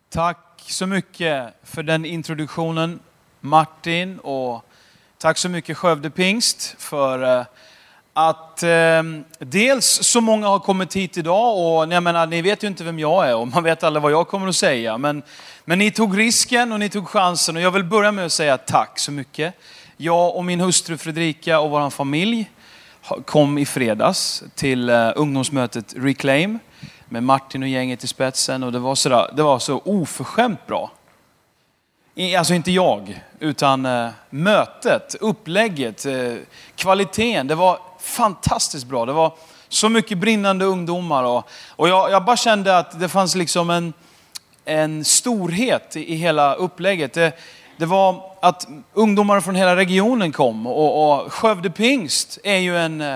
Tack så mycket för den introduktionen, Martin, och tack så mycket Skövde Pingst för att dels så många har kommit hit idag, och jag menar, ni vet ju inte vem jag är och man vet aldrig vad jag kommer att säga, men ni tog risken och ni tog chansen, och jag vill börja med att säga tack så mycket. Jag och min hustru Fredrika och vår familj kom i fredags till ungdomsmötet Reclaim med Martin och gänget i spetsen, och det var så oförskämt bra. Alltså inte jag, utan mötet, upplägget, kvaliteten. Det var fantastiskt bra. Det var så mycket brinnande ungdomar, och jag bara kände att det fanns liksom en storhet i hela upplägget. Det var att ungdomar från hela regionen kom, och Skövde Pingst är ju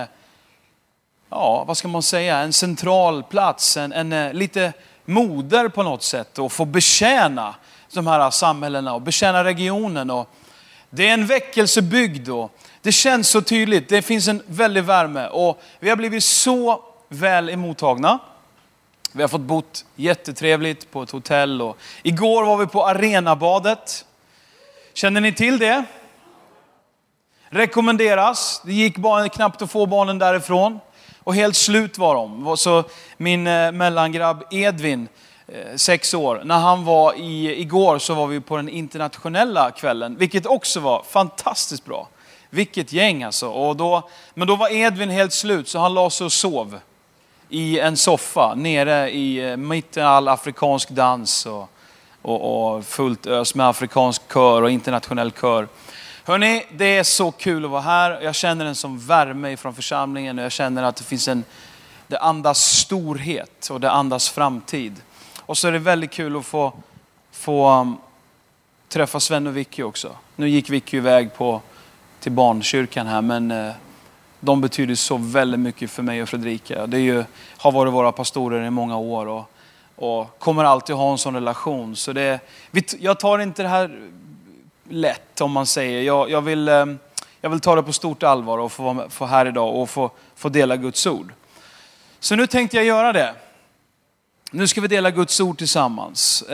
vad ska man säga, en central plats, en lite moder på något sätt, och få betjäna de här samhällena och betjäna regionen. Och det är en väckelsebygd, och det känns så tydligt. Det finns en väldig värme, och vi har blivit så väl emottagna. Vi har fått bott jättetrevligt på ett hotell, och igår var vi på Arenabadet. Känner ni till det? Rekommenderas. Det gick bara knappt att få barnen därifrån. Och helt slut var de. Så min mellangrabb Edvin, 6 år, när han var igår, så var vi på den internationella kvällen. Vilket också var fantastiskt bra. Vilket gäng alltså. Men då var Edvin helt slut, så han la sig och sov i en soffa nere i mitten av all afrikansk dans och fullt ös med afrikansk kör och internationell kör. Hörrni, det är så kul att vara här. Jag känner en som värme från församlingen, och jag känner att det finns det andas storhet och det andas framtid. Och så är det väldigt kul att få träffa Sven och Vicky också. Nu gick Vicky iväg till barnkyrkan här, men de betyder så väldigt mycket för mig och Fredrika. Det har varit våra pastorer i många år, och kommer alltid ha en sån relation. Så jag tar inte det här lätt, om man säger. Jag vill ta det på stort allvar och få här idag och få dela Guds ord. Så nu tänkte jag göra det. Nu ska vi dela Guds ord tillsammans.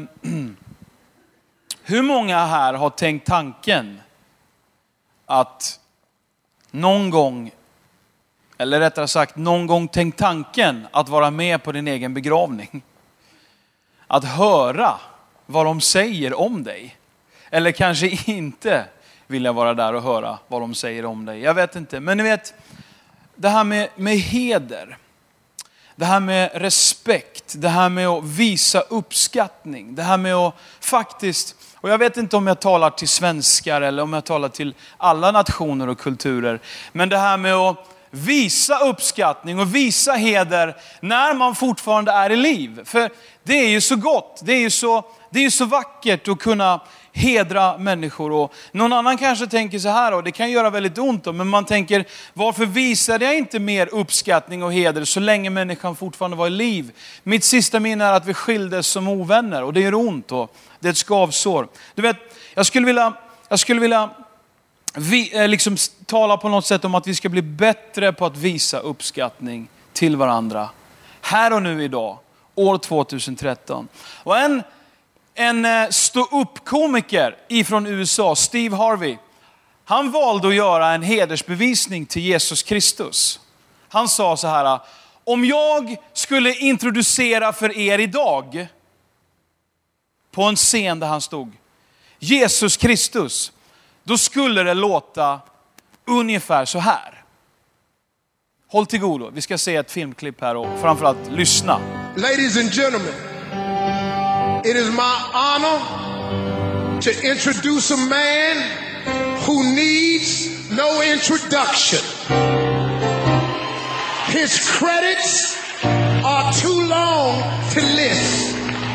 Hur många här har tänkt tanken att någon gång tänkt tanken att vara med på din egen begravning? Att höra vad de säger om dig. Eller kanske inte vilja vara där och höra vad de säger om dig. Jag vet inte. Men ni vet, det här med heder. Det här med respekt. Det här med att visa uppskattning. Det här med att faktiskt, och jag vet inte om jag talar till svenskar eller om jag talar till alla nationer och kulturer. Men det här med att visa uppskattning och visa heder när man fortfarande är i liv. För det är ju så gott. Det är ju så vackert att kunna hedra människor. Och någon annan kanske tänker så här, och det kan göra väldigt ont, men man tänker, varför visade jag inte mer uppskattning och heder så länge människan fortfarande var i liv? Mitt sista minne är att vi skildes som ovänner, och det gör ont, och det är ett skavsår. Du vet, jag skulle vilja liksom tala på något sätt om att vi ska bli bättre på att visa uppskattning till varandra. Här och nu idag, år 2013. Och en stå-upp-komiker ifrån USA, Steve Harvey, han valde att göra en hedersbevisning till Jesus Kristus. Han sa så här: om jag skulle introducera för er idag, på en scen där han stod, Jesus Kristus, då skulle det låta ungefär så här. Håll till godo, vi ska se ett filmklipp här, och framförallt lyssna. Ladies and gentlemen, it is my honor to introduce a man who needs no introduction. His credits are too long to list.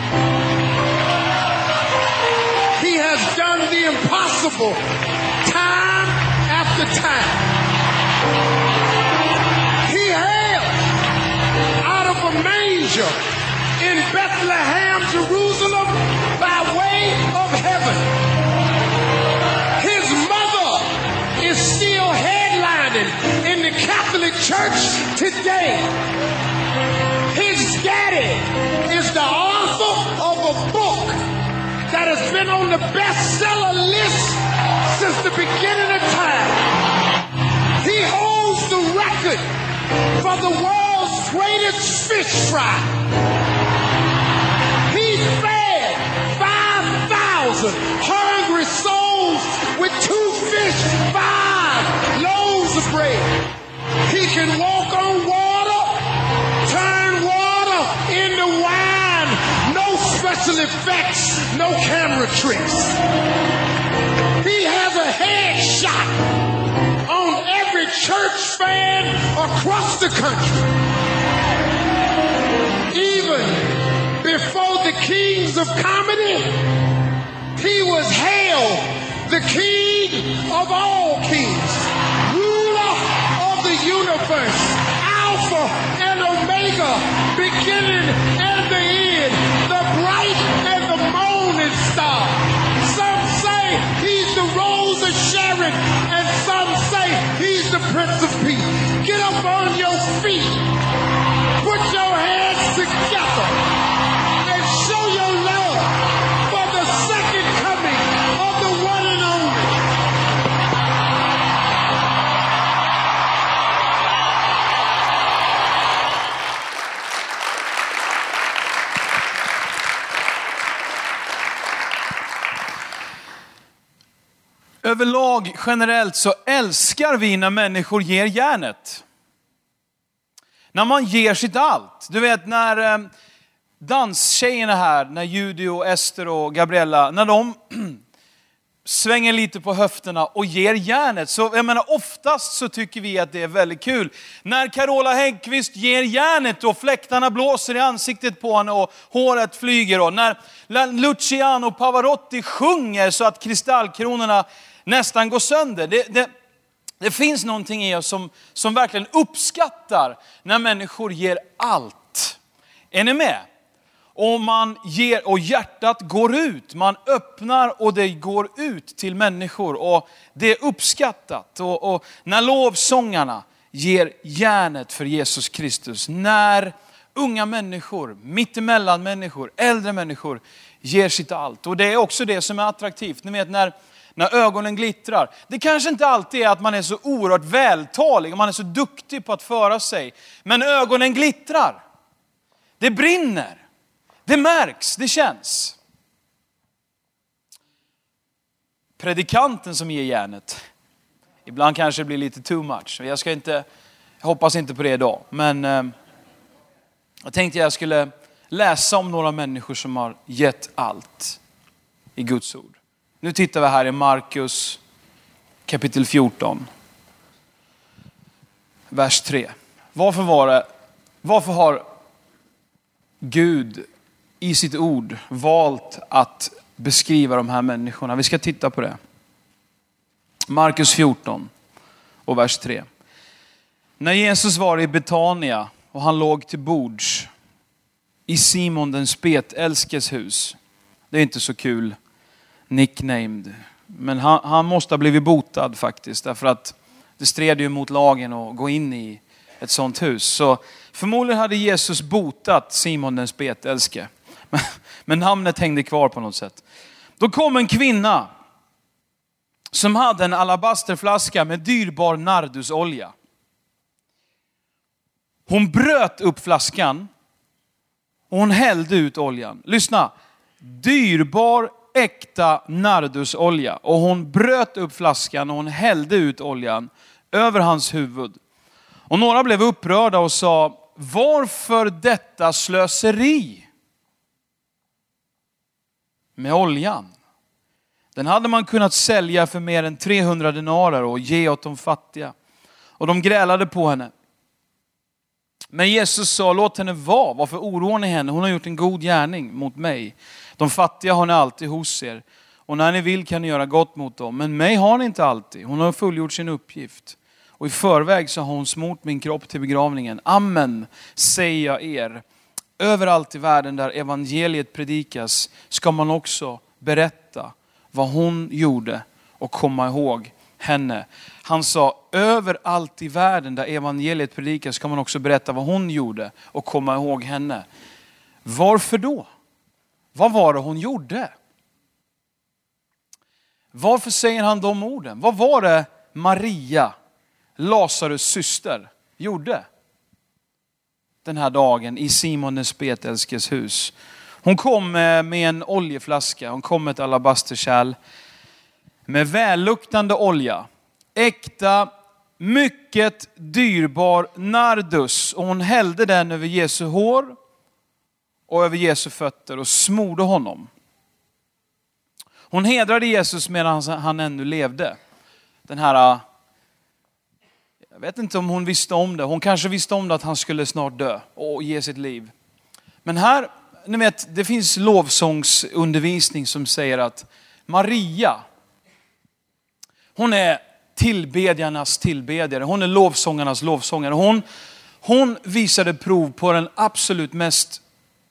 He has done the impossible time after time. He hails out of a manger in Bethlehem, Jerusalem, by way of heaven. His mother is still headlining in the Catholic Church today. His daddy is the author of a book that has been on the bestseller list since the beginning of time. He holds the record for the world's greatest fish fry. He fed 5,000 hungry souls with 2 fish, 5 loaves of bread. He can walk on water, turn water into wine. No special effects, no camera tricks. He has a headshot on every church fan across the country. Even before the kings of comedy, he was hailed the king of all kings, ruler of the universe, Alpha and Omega, beginning and the end, the bright and the morning star. Some say he's the Rose of Sharon, and some say he's the Prince of Peace. Get up on your feet, put your hands together, and show your love for the second coming of the one and only. Överlag generellt så älskar vi när människor ger järnet. När man ger sitt allt. Du vet när danstjejerna här, när Judy och Ester och Gabriella, när de svänger lite på höfterna och ger järnet. Så jag menar, oftast så tycker vi att det är väldigt kul. När Carola Häggkvist ger järnet och fläktarna blåser i ansiktet på henne och håret flyger. Och när Luciano Pavarotti sjunger så att kristallkronorna nästan går sönder. Det finns någonting i oss som verkligen uppskattar när människor ger allt. Är ni med? Och man ger och hjärtat går ut. Man öppnar och det går ut till människor. Och det är uppskattat. Och när lovsångarna ger järnet för Jesus Kristus. När unga människor, mittemellan människor, äldre människor ger sitt allt. Och det är också det som är attraktivt. Ni vet när ögonen glittrar. Det kanske inte alltid är att man är så oerhört vältalig. Man är så duktig på att föra sig. Men ögonen glittrar. Det brinner. Det märks, det känns. Predikanten som ger järnet. Ibland kanske det blir lite too much. Jag hoppas inte på det idag. Men jag tänkte jag skulle läsa om några människor som har gett allt i Guds ord. Nu tittar vi här i Markus kapitel 14. Vers 3. Varför har Gud i sitt ord valt att beskriva de här människorna? Vi ska titta på det. Markus 14 och vers 3. När Jesus var i Betania och han låg till bords i Simon den spetälskes hus. Det är inte så kul nicknamed. Men han måste ha blivit botad faktiskt. Därför att det stred ju mot lagen att gå in i ett sånt hus. Så förmodligen hade Jesus botat Simon den spetälske. Men namnet hängde kvar på något sätt. Då kom en kvinna som hade en alabasterflaska med dyrbar nardusolja. Hon bröt upp flaskan och hon hällde ut oljan. Lyssna, dyrbar äkta nardusolja. Och hon bröt upp flaskan och hon hällde ut oljan över hans huvud. Och några blev upprörda och sa, varför detta slöseri med oljan? Den hade man kunnat sälja för mer än 300 denarer och ge åt de fattiga. Och de grälade på henne. Men Jesus sa, låt henne vara. Varför oroar ni henne? Hon har gjort en god gärning mot mig. De fattiga har ni alltid hos er. Och när ni vill kan ni göra gott mot dem. Men mig har ni inte alltid. Hon har fullgjort sin uppgift. Och i förväg så har hon smort min kropp till begravningen. Amen, säger jag er. Överallt i världen där evangeliet predikas ska man också berätta vad hon gjorde och komma ihåg henne. Han sa, överallt i världen där evangeliet predikas ska man också berätta vad hon gjorde och komma ihåg henne. Varför då? Vad var det hon gjorde? Varför säger han de orden? Vad var det Maria, Lazarus syster, gjorde den här dagen i Simon den spetälskes hus? Hon kom med en oljeflaska. Hon kom med ett alabasterkärl med välluktande olja. Äkta, mycket dyrbar nardus. Och hon hällde den över Jesu hår och över Jesu fötter och smorde honom. Hon hedrade Jesus medan han ännu levde. Den här, jag vet inte om hon visste om det. Hon kanske visste om det, att han skulle snart dö och ge sitt liv. Men här, ni vet, det finns lovsångsundervisning som säger att Maria, hon är tillbedjarnas tillbedjare. Hon är lovsångarnas lovsångare. Hon visade prov på den absolut mest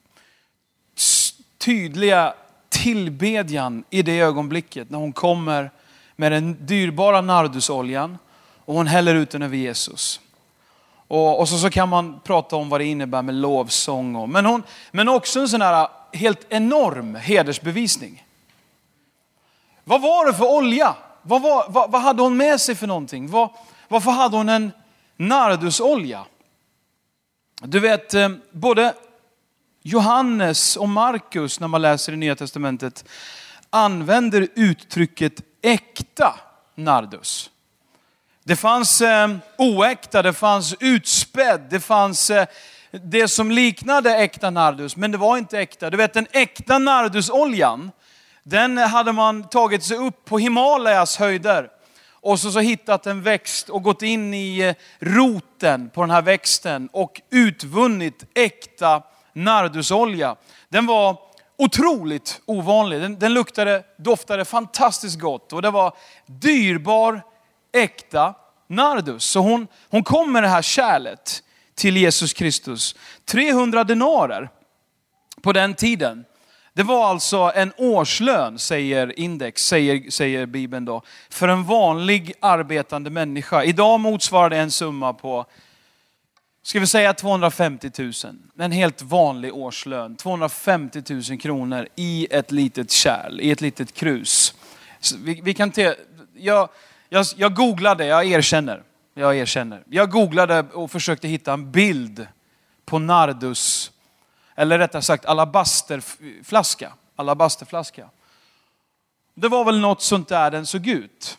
tydliga tillbedjan i det ögonblicket. När hon kommer med den dyrbara nardusoljan och hon häller ut den över Jesus. Och så kan man prata om vad det innebär med lovsång. Men också en sån här helt enorm hedersbevisning. Vad var det för olja? Vad hade hon med sig för någonting? Varför hade hon en nardusolja? Du vet, både Johannes och Markus, när man läser i Nya Testamentet, använder uttrycket äkta nardus. Det fanns oäkta, det fanns utspädd, det fanns det som liknade äkta nardus, men det var inte äkta. Du vet, den äkta nardusoljan, den hade man tagit sig upp på Himalayas höjder och så hittat en växt och gått in i roten på den här växten och utvunnit äkta nardusolja. Den var otroligt ovanlig. Den doftade fantastiskt gott och det var dyrbar, äkta nardus. Så hon kom med det här kärlet till Jesus Kristus. 300 denarer på den tiden. Det var alltså en årslön, säger Index, säger Bibeln då, för en vanlig arbetande människa. Idag motsvarar det en summa på, ska vi säga 250 000. En helt vanlig årslön. 250 000 kronor i ett litet kärl, i ett litet krus. Vi kan jag googlade, jag erkänner. Jag googlade och försökte hitta en bild på nardus, eller rättare sagt alabasterflaska. Det var väl något sånt där den såg ut.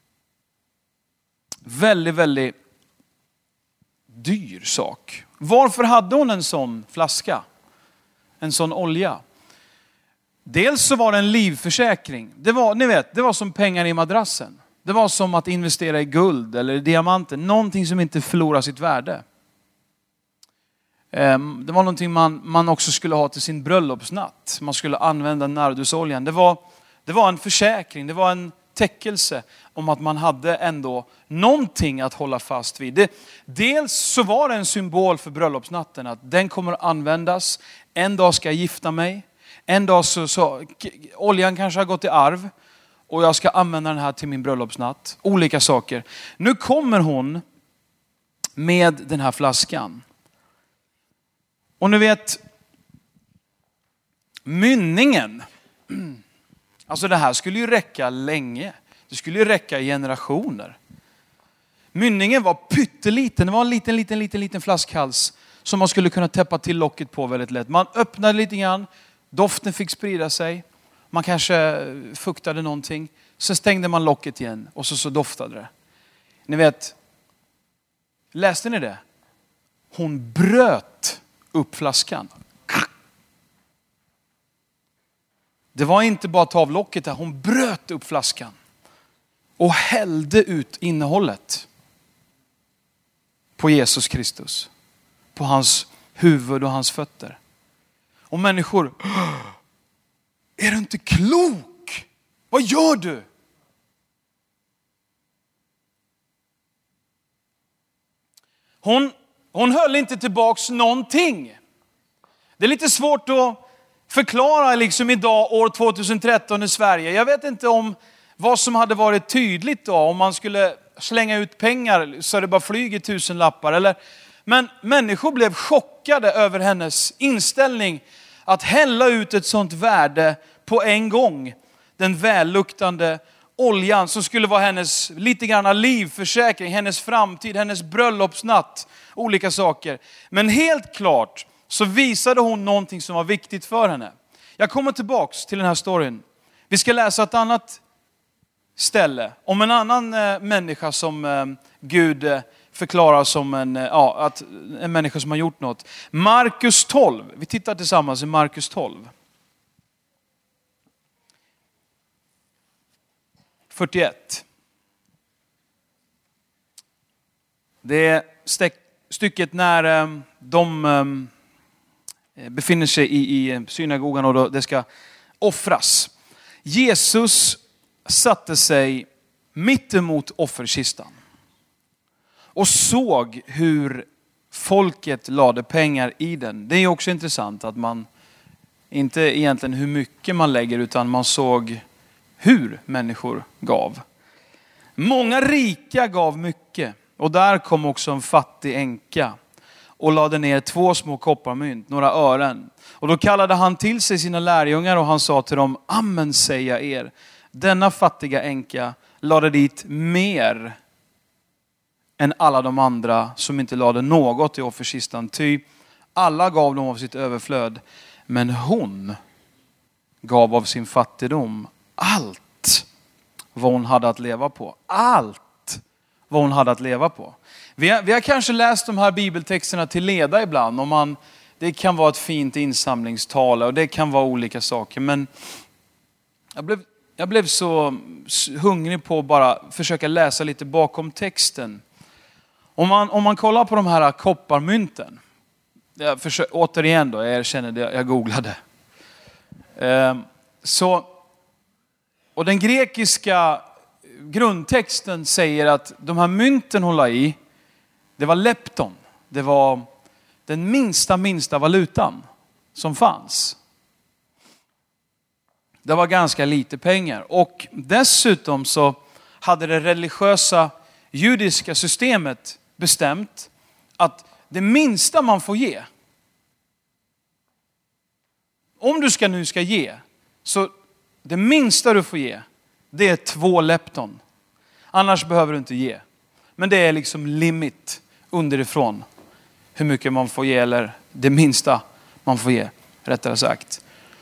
Väldigt, väldigt dyr sak. Varför hade hon en sån flaska? En sån olja? Dels så var det en livförsäkring. Det var som pengar i madrassen. Det var som att investera i guld eller diamanter. Någonting som inte förlorar sitt värde. Det var någonting man också skulle ha till sin bröllopsnatt. Man skulle använda nardusoljan. Det var en försäkring. Det var en täckelse om att man hade ändå någonting att hålla fast vid. Dels så var det en symbol för bröllopsnatten. Att den kommer att användas. En dag ska jag gifta mig. En dag så oljan kanske har gått i arv. Och jag ska använda den här till min bröllopsnatt. Olika saker. Nu kommer hon med den här flaskan. Och nu vet, mynningen. Alltså det här skulle ju räcka länge. Det skulle ju räcka i generationer. Mynningen var pytteliten. Det var en liten flaskhals som man skulle kunna täppa till locket på väldigt lätt. Man öppnade lite grann. Doften fick sprida sig. Man kanske fuktade någonting. Sen stängde man locket igen och så doftade det. Ni vet, läste ni det? Hon bröt upp flaskan. Det var inte bara att ta av locket där. Hon bröt upp flaskan. Och hällde ut innehållet. På Jesus Kristus. På hans huvud och hans fötter. Och människor. Är du inte klok? Vad gör du? Hon höll inte tillbaks någonting. Det är lite svårt att förklara liksom idag år 2013 i Sverige. Jag vet inte om vad som hade varit tydligt då. Om man skulle slänga ut pengar så det bara flyger 1000 lappar. Men människor blev chockade över hennes inställning. Att hälla ut ett sånt värde på en gång. Den välluktande oljan som skulle vara hennes lite grann livförsäkring, hennes framtid, hennes bröllopsnatt, olika saker. Men helt klart så visade hon någonting som var viktigt för henne. Jag kommer tillbaks till den här storyn. Vi ska läsa ett annat ställe om en annan människa som Gud förklarar som en människa som har gjort något. Markus 12. Vi tittar tillsammans i Markus 12. 41. Det är stycket när de befinner sig i synagogan och det ska offras. Jesus satte sig mitt emot offerkistan och såg hur folket lade pengar i den. Det är också intressant att man inte egentligen hur mycket man lägger, utan man såg hur människor gav. Många rika gav mycket, och där kom också en fattig änka och lade ner 2 små kopparmynt, några ören. Och då kallade han till sig sina lärjungar och han sa till dem: amen säger jag er, denna fattiga änka lade dit mer än alla de andra som inte lade något i offerkistan. Ty alla gav dem av sitt överflöd, men hon gav av sin fattigdom allt vad hon hade att leva på. Allt vad hon hade att leva på. Vi har kanske läst de här bibeltexterna till leda ibland. Det kan vara ett fint insamlingstal och det kan vara olika saker. Men jag blev så hungrig på att bara försöka läsa lite bakom texten. Om man kollar på de här kopparmynten. Återigen då, jag erkänner det, jag googlade. Och den grekiska grundtexten säger att de här mynten hon la i, det var lepton. Det var den minsta valutan som fanns. Det var ganska lite pengar. Och dessutom så hade det religiösa judiska systemet bestämt att det minsta man får ge, om du ska ge, så det minsta du får ge, det är 2 lepton. Annars behöver du inte ge. Men det är liksom limit underifrån hur mycket man får ge, eller det minsta man får ge, rättare sagt.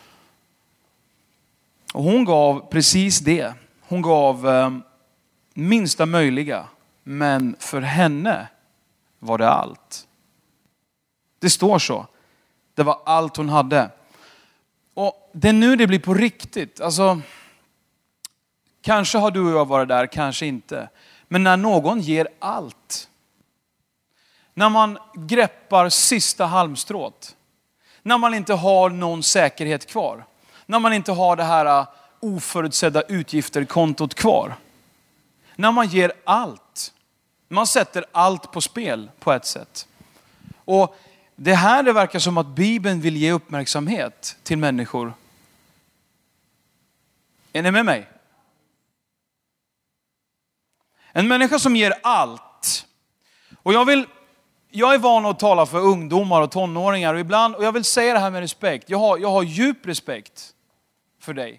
Och hon gav precis det. Hon gav minsta möjliga, men för henne var det allt. Det står så. Det var allt hon hade. Och det är nu det blir på riktigt. Alltså, kanske har du och jag varit där, kanske inte. Men när någon ger allt. När man greppar sista halmstrået. När man inte har någon säkerhet kvar. När man inte har det här oförutsedda utgifter-kontot kvar. När man ger allt. Man sätter allt på spel på ett sätt. Och det här det verkar som att Bibeln vill ge uppmärksamhet till människor. Är ni med mig? En människa som ger allt. Och jag är van att tala för ungdomar och tonåringar och ibland, och jag vill säga det här med respekt. Jag har djup respekt för dig.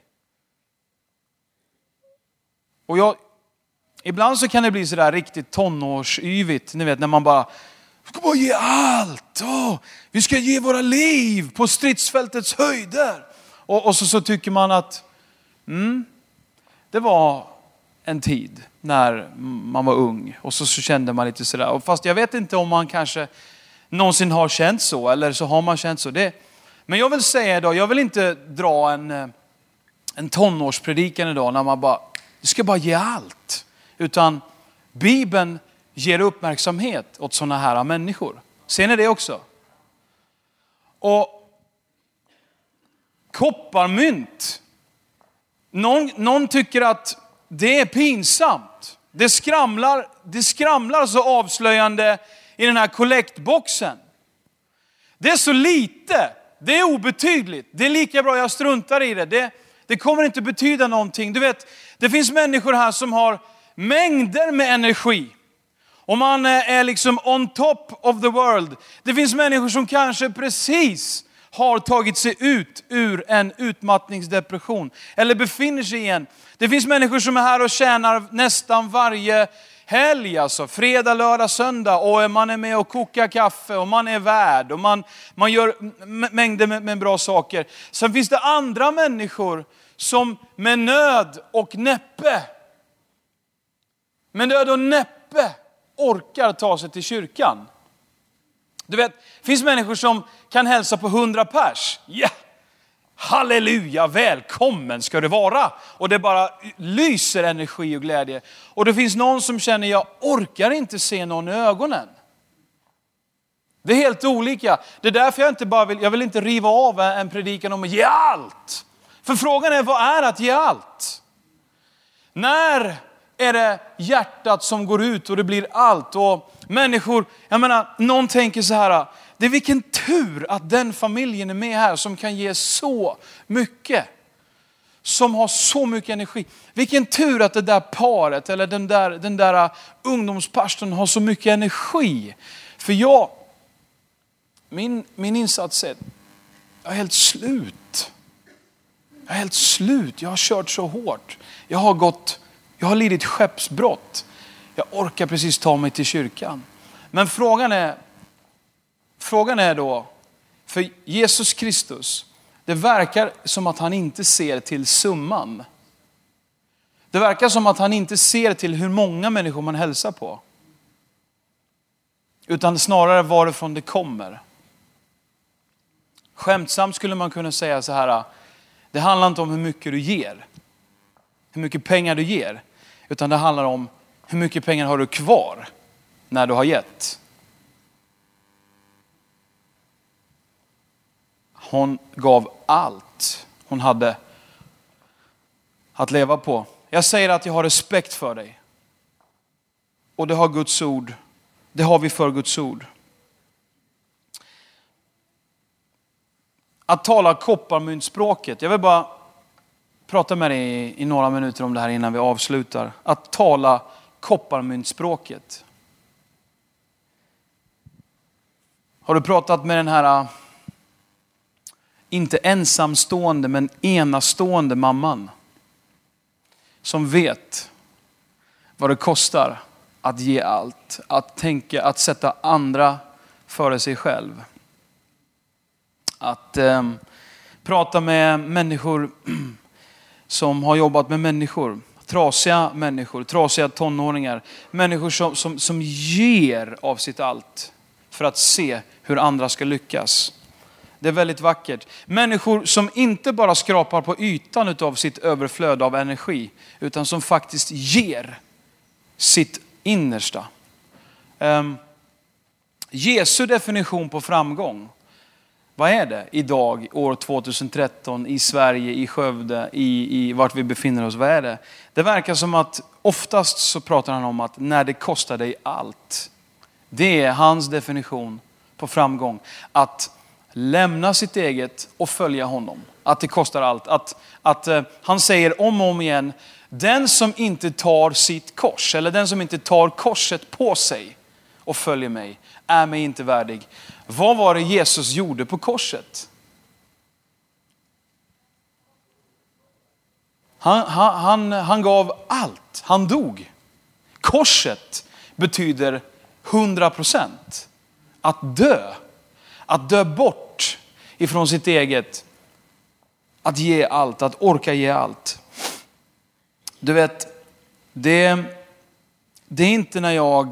Och ibland så kan det bli sådär riktigt tonårsyvigt. Ni vet när man bara, vi ska bara ge allt. Vi ska ge våra liv på stridsfältets höjder. Och så tycker man att det var en tid när man var ung. Och så kände man lite sådär. Och fast jag vet inte om man kanske någonsin har känt så. Eller så har man känt så. Men jag vill säga idag, jag vill inte dra en tonårspredikan idag när man bara, du ska bara ge allt. Utan Bibeln ger uppmärksamhet åt sådana här människor. Ser ni det också? Och kopparmynt. Någon tycker att det är pinsamt. Det skramlar så avslöjande i den här kollektboxen. Det är så lite. Det är obetydligt. Det är lika bra jag struntar i det. Det kommer inte betyda någonting. Du vet, det finns människor här som har mängder med energi. Och man är liksom on top of the world. Det finns människor som kanske precis har tagit sig ut ur en utmattningsdepression eller befinner sig i en. Det finns människor som är här och tjänar nästan varje helg, alltså fredag, lördag, söndag, och man är med och kokar kaffe och man är värd och man gör mängder med bra saker. Sen finns det andra människor som med nöd och näppe orkar ta sig till kyrkan. Du vet, det finns människor som kan hälsa på 100 pers. Ja, halleluja, välkommen ska det vara. Och det bara lyser energi och glädje. Och det finns någon som känner, jag orkar inte se någon i ögonen. Det är helt olika. Det är därför jag vill inte riva av en predikan om att ge allt. För frågan är, vad är att ge allt? När är det hjärtat som går ut och det blir allt? Och människor, jag menar, någon tänker så här, det är vilken tur att den familjen är med här som kan ge så mycket. Som har så mycket energi. Vilken tur att det där paret eller den där ungdomspastorn har så mycket energi. För min insats är, jag är helt slut. Jag har kört så hårt. Jag har lidit skeppsbrott. Jag orkar precis ta mig till kyrkan. Men frågan är då, för Jesus Kristus, det verkar som att han inte ser till summan. Det verkar som att han inte ser till hur många människor man hälsar på. Utan snarare varifrån det kommer. Skämtsamt skulle man kunna säga så här, det handlar inte om hur mycket du ger. Hur mycket pengar du ger. Utan det handlar om hur mycket pengar har du kvar när du har gett. Hon gav allt hon hade att leva på. Jag säger att jag har respekt för dig. Och det har Guds ord. Det har vi för Guds ord. Att tala kopparmyntspråket. Jag vill bara prata med dig i några minuter om det här innan vi avslutar. Att tala kopparmyntspråket. Har du pratat med den här, inte ensamstående men enastående mamman? Som vet vad det kostar att ge allt. Att sätta andra före sig själv. Att prata med människor som har jobbat med människor. Trasiga tonåringar. Människor som ger av sitt allt för att se hur andra ska lyckas. Det är väldigt vackert. Människor som inte bara skrapar på ytan av sitt överflöd av energi. Utan som faktiskt ger sitt innersta. Jesu definition på framgång. Vad är det idag, år 2013, i Sverige, i Skövde, i vart vi befinner oss? Vad är det? Det verkar som att oftast så pratar han om att när det kostar dig allt. Det är hans definition på framgång. Att lämna sitt eget och följa honom. Att det kostar allt. Att han säger om och om igen, den som inte tar sitt kors, eller den som inte tar korset på sig och följer mig, är mig inte värdig. Vad var det Jesus gjorde på korset? Han gav allt. Han dog. Korset betyder 100%. Att dö. Att dö bort ifrån sitt eget. Att ge allt. Att orka ge allt. Du vet, det är inte när jag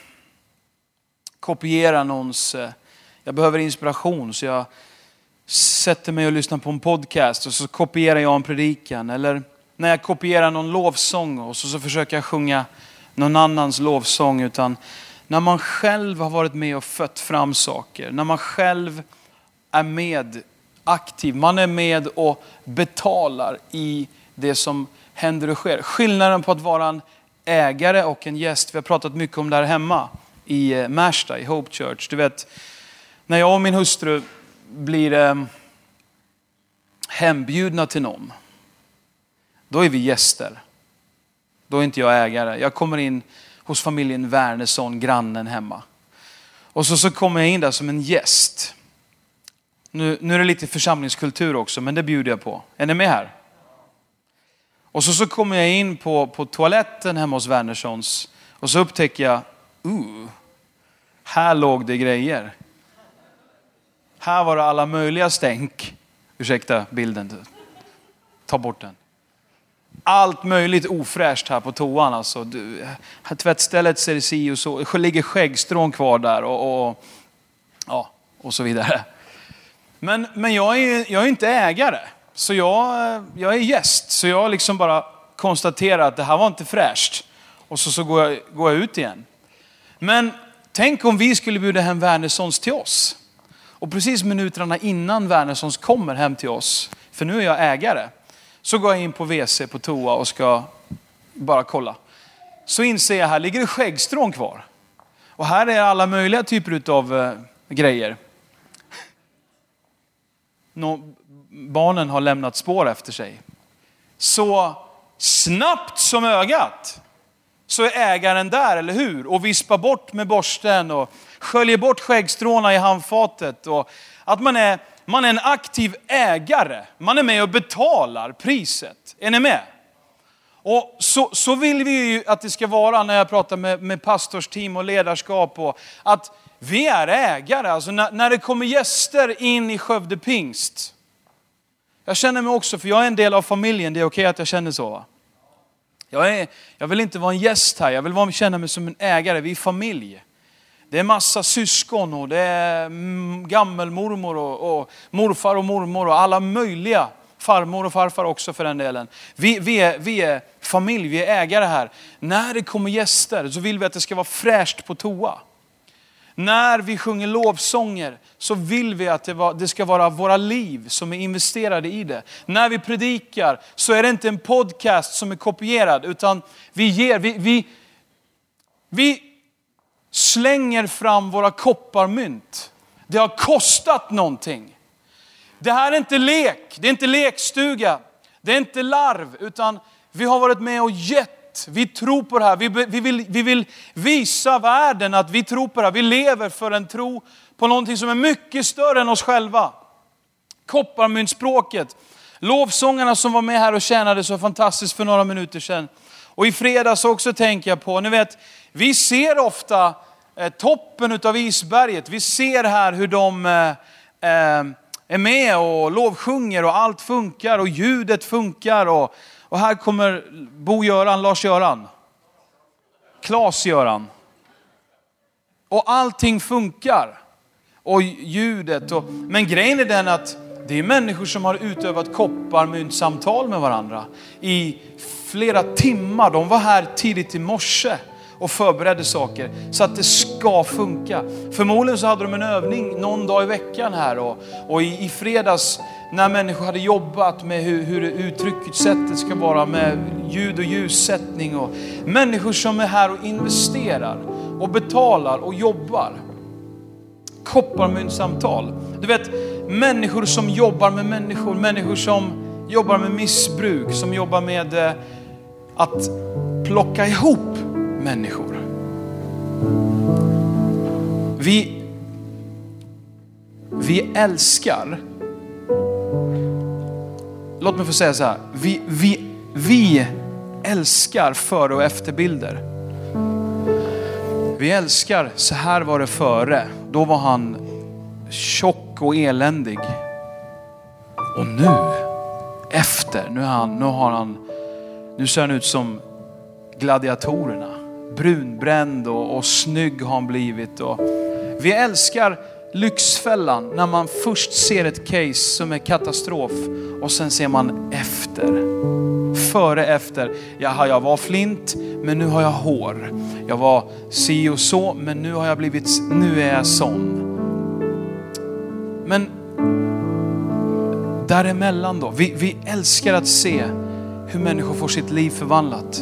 kopierar någons... Jag behöver inspiration så jag sätter mig och lyssnar på en podcast och så kopierar jag en predikan. Eller när jag kopierar någon lovsång och så försöker jag sjunga någon annans lovsång. Utan när man själv har varit med och fött fram saker. När man själv är med aktiv. Man är med och betalar i det som händer och sker. Skillnaden på att vara en ägare och en gäst. Vi har pratat mycket om det här hemma i Märsta, i Hope Church. Du vet, när jag och min hustru blir hembjudna till någon, då är vi gäster. Då är inte jag ägare. Jag kommer in hos familjen Wernersson, grannen hemma. Och så kommer jag in där som en gäst. Nu är det lite församlingskultur också, men det bjuder jag på. Är ni med här? Och så kommer jag in på toaletten hemma hos Wernerssons. Och så upptäcker jag, här låg det grejer. Här var det alla möjliga stänk. Ursäkta bilden. Ta bort den. Allt möjligt ofräscht här på toan. Alltså. Tvättstället ser si och så. Det ligger skäggstrån kvar där. Och så vidare. Men jag är inte ägare. Så jag är gäst. Så jag liksom bara konstaterar att det här var inte fräscht. Och så går jag ut igen. Men tänk om vi skulle bjuda hem Wernerssons till oss. Och precis minuterna innan Wernerssons kommer hem till oss. För nu är jag ägare. Så går jag in på WC på toa och ska bara kolla. Så inser jag, här ligger det skäggstrån kvar. Och här är alla möjliga typer av grejer. Barnen har lämnat spår efter sig. Så snabbt som ögat så är ägaren där, eller hur? Och vispar bort med borsten och sköljer bort skäggstråna i handfatet. Och att man är en aktiv ägare. Man är med och betalar priset. Är ni med? Och så vill vi ju att det ska vara när jag pratar med pastorsteam och ledarskap. Och att vi är ägare. Alltså när det kommer gäster in i Skövde Pingst. Jag känner mig också, för jag är en del av familjen. Det är okej att jag känner så, va? Jag vill inte vara en gäst här. Jag vill känna mig som en ägare. Vi är familj. Det är massa syskon och det är gammelmormor och morfar och mormor och alla möjliga. Farmor och farfar också för den delen. Vi är familj, vi är ägare här. När det kommer gäster så vill vi att det ska vara fräscht på toa. När vi sjunger lovsånger så vill vi att det ska vara våra liv som är investerade i det. När vi predikar så är det inte en podcast som är kopierad, utan vi slänger fram våra kopparmynt. Det har kostat någonting. Det här är inte lek, det är inte lekstuga, det är inte larv, utan vi har varit med och gett. Vi tror på det här. Vi vill visa världen att vi tror på det här. Vi lever för en tro på någonting som är mycket större än oss själva. Kopparmyntspråket. Lovsångarna som var med här och tjänade så fantastiskt för några minuter sedan. Och i fredags också tänker jag på, ni vet, vi ser ofta toppen utav isberget. Vi ser här hur de är med och lovsjunger och allt funkar och ljudet funkar och här kommer Bo-Göran, Lars-Göran, Klas-Göran. Och allting funkar. Och ljudet. Men grejen är den att det är människor som har utövat kopparmyntsamtal med varandra i flera timmar. De var här tidigt i morse och förberedde saker så att det ska funka. Förmodligen så hade de en övning någon dag i veckan här. Och i fredags när människor hade jobbat med hur uttryckssättet ska vara med ljud och ljussättning. Och människor som är här och investerar och betalar och jobbar. Kopparmyntsamtal. Du vet, människor som jobbar med människor. Människor som jobbar med missbruk. Som jobbar med att plocka ihop människor. Vi älskar. Låt mig få säga så här. Vi älskar före- och efterbilder. Vi älskar, så här var det före. Då var han tjock och eländig. Och nu efter, nu ser han ut som gladiatorerna. Brunbränd och snygg har han blivit. Och vi älskar Lyxfällan när man först ser ett case som är katastrof och sen ser man efter. Före, efter. Jaha, jag var flint men nu har jag hår. Jag var si och så men nu är jag sån. Men däremellan då. Vi älskar att se hur människor får sitt liv förvandlat.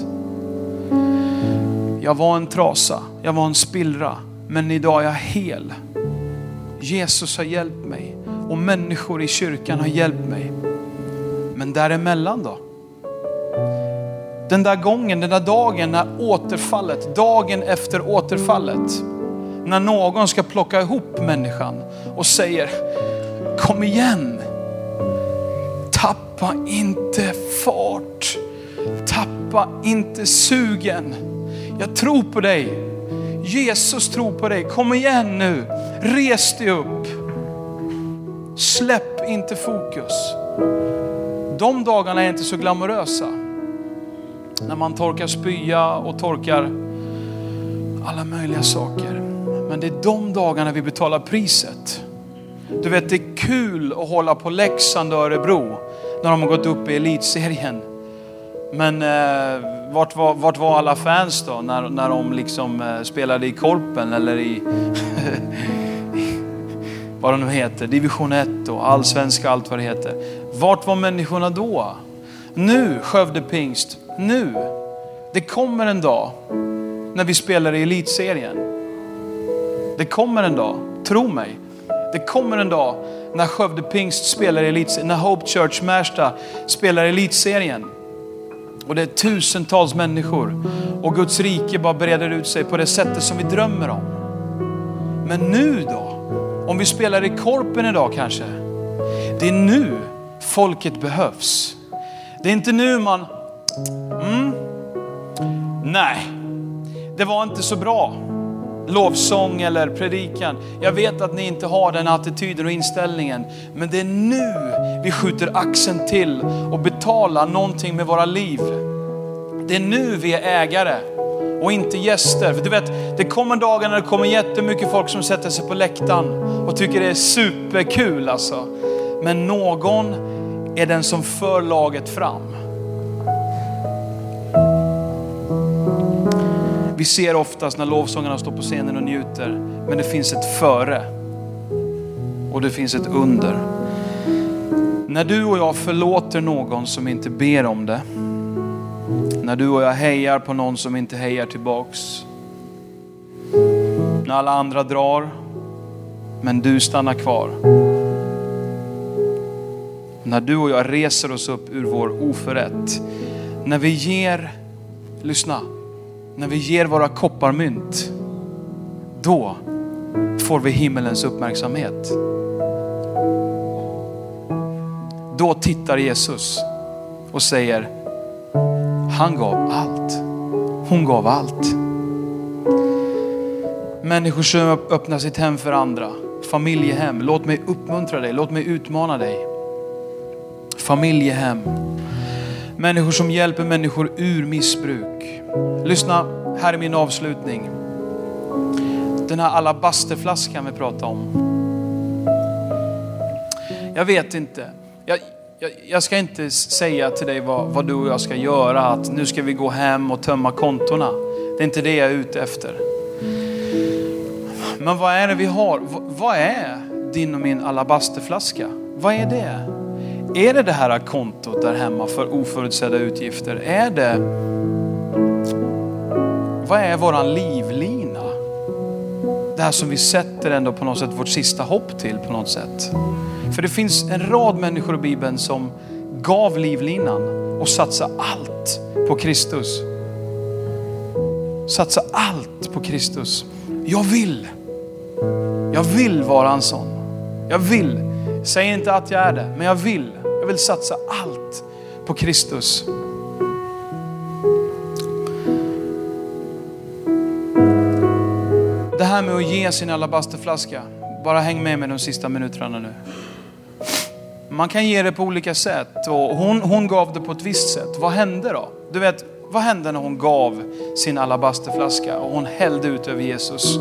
Jag var en trasa. Jag var en spillra. Men idag är jag hel. Jesus har hjälpt mig. Och människor i kyrkan har hjälpt mig. Men däremellan då? Den där gången, den där dagen när återfallet. Dagen efter återfallet. När någon ska plocka ihop människan. Och säger, Kom igen. Tappa inte fart. Tappa inte sugen. Jag tror på dig. Jesus tror på dig. Kom igen nu. Res dig upp. Släpp inte fokus. De dagarna är inte så glamorösa. När man torkar spya och torkar alla möjliga saker. Men det är de dagarna vi betalar priset. Du vet, det är kul att hålla på Leksand och Örebro när de har gått upp i elitserien. Men vart var alla fans då när de liksom spelade i Korpen eller i vad det nu heter, division 1 och allsvenska, allt vad det heter. Vart var människorna då? Nu, Skövde Pingst, nu. Det kommer en dag när vi spelar i elitserien. Det kommer en dag, tro mig. Det kommer en dag när Skövde Pingst spelar i elitserien, när Hope Church Märsta spelar i elitserien. Och det är tusentals människor. Och Guds rike bara breder ut sig på det sättet som vi drömmer om. Men nu då? Om vi spelar i Korpen idag kanske. Det är nu folket behövs. Det är inte nu man... Nej, det var inte så bra. Lovsång eller predikan. Jag vet att ni inte har den attityden och inställningen. Men det är nu vi skjuter axeln till och betalar någonting med våra liv. Det är nu vi är ägare och inte gäster. För du vet, det kommer dagar när det kommer jättemycket folk som sätter sig på läktaren och tycker det är superkul alltså. Men någon är den som för laget fram. Vi ser oftast när lovsångarna står på scenen och njuter. Men det finns ett före. Och det finns ett under. När du och jag förlåter någon som inte ber om det. När du och jag hejar på någon som inte hejar tillbaks. När alla andra drar. Men du stannar kvar. När du och jag reser oss upp ur vår oförrätt. När vi ger, lyssna. När vi ger våra kopparmynt, då får vi himmelens uppmärksamhet. Då tittar Jesus och säger, han gav allt. Hon gav allt. Människor som öppnar sitt hem för andra. Familjehem. Låt mig uppmuntra dig. Låt mig utmana dig. Familjehem. Människor som hjälper människor ur missbruk. Lyssna, här är min avslutning. Den här alabasterflaskan vi pratar om. Jag vet inte. Jag ska inte säga till dig vad du och jag ska göra. Att nu ska vi gå hem och tömma kontorna. Det är inte det jag är ute efter. Men vad är det vi har? Vad är din och min alabasterflaska? Vad är det? Är det här kontot där hemma för oförutsedda utgifter? Är det... Vad är våran livlina? Det här som vi sätter ändå på något sätt vårt sista hopp till på något sätt. För det finns en rad människor i Bibeln som gav livlinan och satsade allt på Kristus. Satsa allt på Kristus. Jag vill vara en sån. Jag vill. Säg inte att jag är det, men jag vill. Jag vill satsa allt på Kristus. Det här med att ge sin alabasterflaska. Bara häng med de sista minuterna nu. Man kan ge det på olika sätt. Och hon gav det på ett visst sätt. Vad hände då? Du vet, vad hände när hon gav sin alabasterflaska och hon hällde ut över Jesus?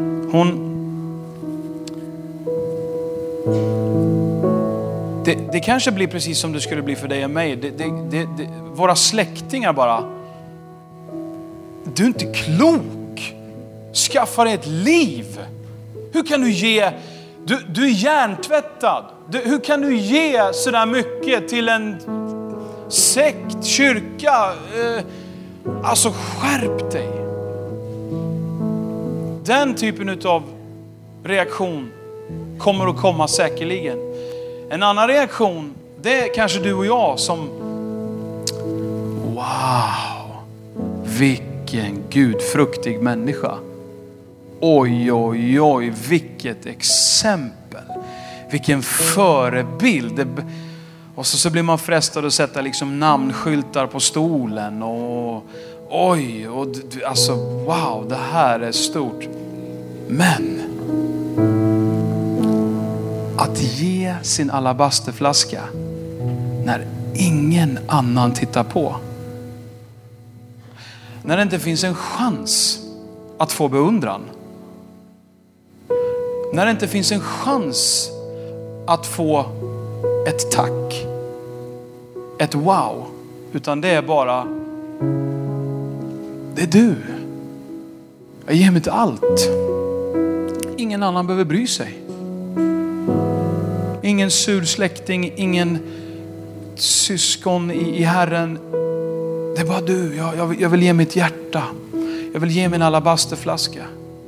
Det kanske blir precis som det skulle bli för dig och mig. Våra släktingar bara. Du är inte klok. Skaffa dig ett liv. Hur kan du ge... Du är hjärntvättad. Hur kan du ge sådär mycket till en sekt, kyrka? Alltså skärp dig. Den typen av reaktion kommer att komma säkerligen. En annan reaktion, det är kanske du och jag som... Wow, vilken gudfruktig människa. Oj, oj, oj, vilket exempel. Vilken förebild. Och så blir man frestad att sätta liksom namnskyltar på stolen. Och oj, och alltså wow, det här är stort. Men att ge sin alabasterflaska när ingen annan tittar på. När det inte finns en chans att få beundran. När det inte finns en chans att få ett tack. Ett wow. Utan det är bara, det är du. Jag ger mig till allt. Ingen annan behöver bry sig. Ingen sur släkting, ingen syskon i Herren. Det är bara du. Jag vill ge mitt hjärta. Jag vill ge min alabasterflaska.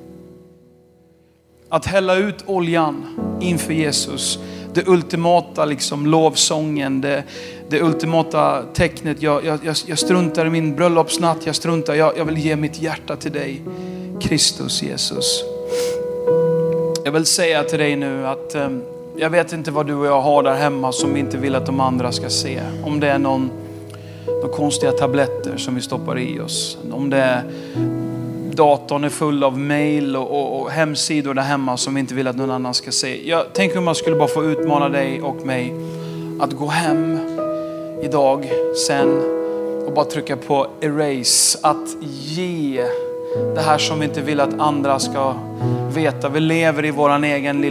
Att hälla ut oljan inför Jesus. Det ultimata liksom lovsången. Det ultimata tecknet. Jag struntar i min bröllopsnatt. Jag vill ge mitt hjärta till dig. Kristus Jesus. Jag vill säga till dig nu att jag vet inte vad du och jag har där hemma som vi inte vill att de andra ska se. Om det är några konstiga tabletter som vi stoppar i oss. Om det är datorn är full av mejl och hemsidor där hemma som vi inte vill att någon annan ska se. Jag tänker om man skulle bara få utmana dig och mig att gå hem idag sen och bara trycka på erase. Att ge det här som vi inte vill att andra ska veta. Vi lever i vårt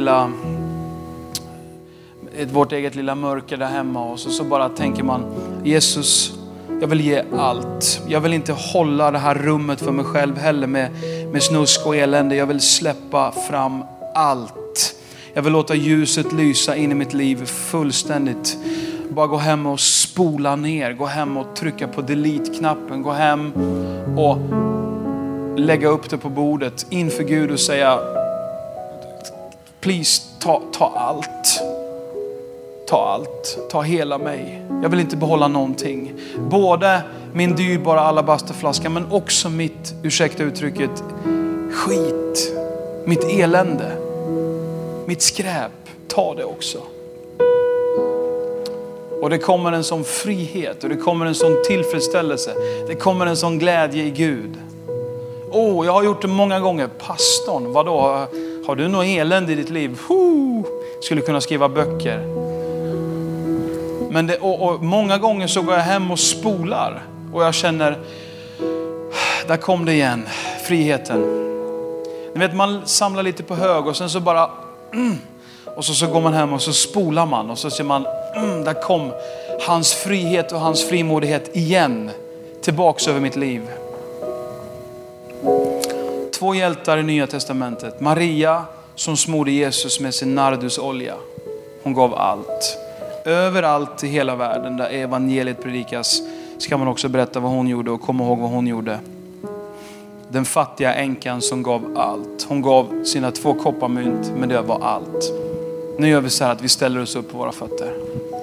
eget lilla mörker där hemma. Och så bara tänker man, Jesus, jag vill ge allt. Jag vill inte hålla det här rummet för mig själv heller med snusk och elände. Jag vill släppa fram allt. Jag vill låta ljuset lysa in i mitt liv fullständigt. Bara gå hem och spola ner. Gå hem och trycka på delete-knappen. Gå hem och lägga upp det på bordet inför Gud och säga, please ta allt. Ta allt. Ta hela mig. Jag vill inte behålla någonting. Både min dyrbara alabasterflaska men också mitt, ursäkta uttrycket, skit. Mitt elände. Mitt skräp. Ta det också. Och det kommer en sån frihet och det kommer en sån tillfredsställelse. Det kommer en sån glädje i Gud. Jag har gjort det många gånger. Pastorn, vadå? Har du något elände i ditt liv? Skulle kunna skriva böcker. Men och många gånger så går jag hem och spolar. Och jag känner, där kom det igen. Friheten. Ni vet, man samlar lite på hög och sen så bara... Och så går man hem och så spolar man. Och så ser man, där kom hans frihet och hans frimodighet igen. Tillbaks över mitt liv. 2 hjältar i Nya Testamentet. Maria som smorde Jesus med sin nardusolja. Hon gav allt. Överallt i hela världen där evangeliet predikas ska man också berätta vad hon gjorde och komma ihåg vad hon gjorde. Den fattiga änkan som gav allt. Hon gav sina 2 kopparmynt, men det var allt. Nu gör vi så här att vi ställer oss upp på våra fötter.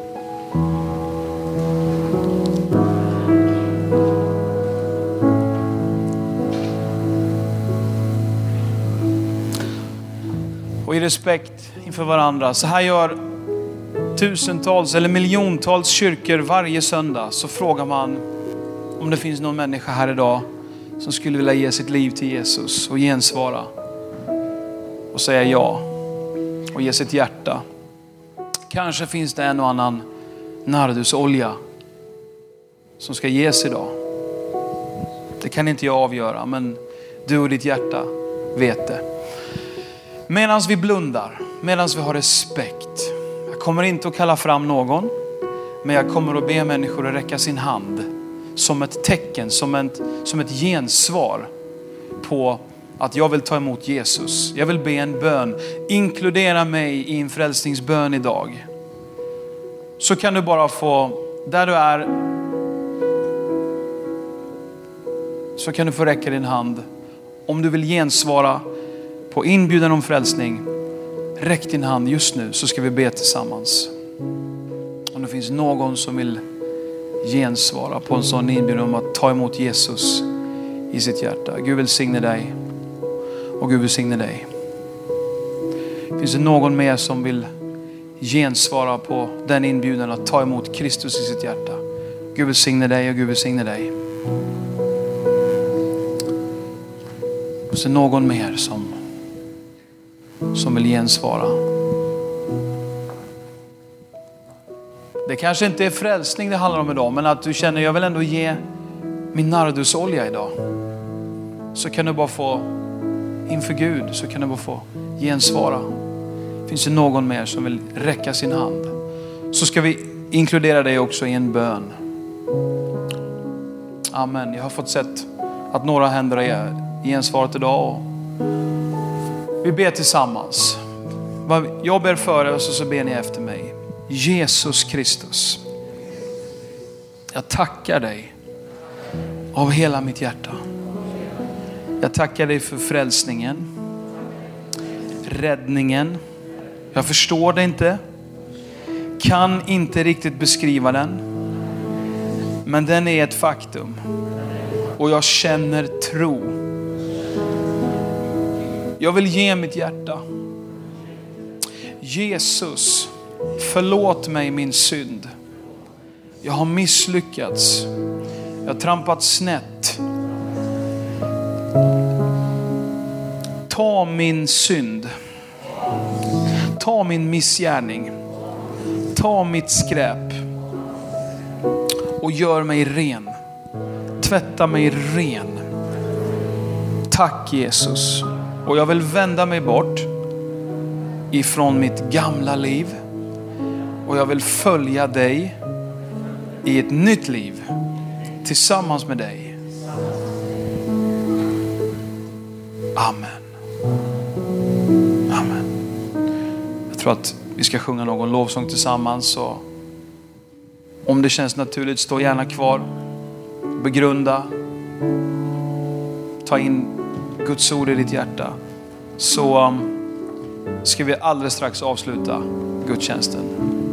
Och i respekt inför varandra. Så här gör tusentals eller miljontals kyrkor varje söndag. Så frågar man om det finns någon människa här idag som skulle vilja ge sitt liv till Jesus och gensvara. Och säga ja. Och ge sitt hjärta. Kanske finns det en och annan nardusolja som ska ges idag. Det kan inte jag avgöra, men du och ditt hjärta vet det. Medan vi blundar, medan vi har respekt. Jag kommer inte att kalla fram någon, men jag kommer att be människor att räcka sin hand som ett tecken, som ett gensvar på att jag vill ta emot Jesus. Jag vill be en bön. Inkludera mig i en frälsningsbön idag. Så kan du bara få, där du är, så kan du få räcka din hand. Om du vill gensvara på inbjudan om frälsning, räck din hand just nu så ska vi be tillsammans. Om det finns någon som vill gensvara på en sån inbjudan om att ta emot Jesus i sitt hjärta. Gud välsigne dig och Gud välsigne dig. Finns det någon mer som vill gensvara på den inbjudan att ta emot Kristus i sitt hjärta. Gud välsigne dig och Gud välsigne dig. Och så någon mer som vill gensvara. Det kanske inte är frälsning det handlar om idag, men att du känner jag vill ändå ge min nardusolja idag. Så kan du bara få inför Gud, så kan du bara få gensvara. Finns det någon mer som vill räcka sin hand, så ska vi inkludera dig också i en bön. Amen. Jag har fått sett att några händer är gensvaret idag. Och vi ber tillsammans. Jag ber före och så ber ni efter mig. Jesus Kristus, jag tackar dig av hela mitt hjärta. Jag tackar dig för frälsningen, räddningen. Jag förstår det inte, kan inte riktigt beskriva den, men den är ett faktum. Och jag känner tro. Jag vill ge mitt hjärta. Jesus, förlåt mig min synd. Jag har misslyckats. Jag har trampat snett. Ta min synd. Ta min missgärning. Ta mitt skräp. Och gör mig ren. Tvätta mig ren. Tack Jesus. Och jag vill vända mig bort ifrån mitt gamla liv. Och jag vill följa dig i ett nytt liv tillsammans med dig. Amen. Amen. Jag tror att vi ska sjunga någon lovsång tillsammans. Så om det känns naturligt, stå gärna kvar. Begrunda. Ta in Guds ord i ditt hjärta. Så ska vi alldeles strax avsluta gudstjänsten.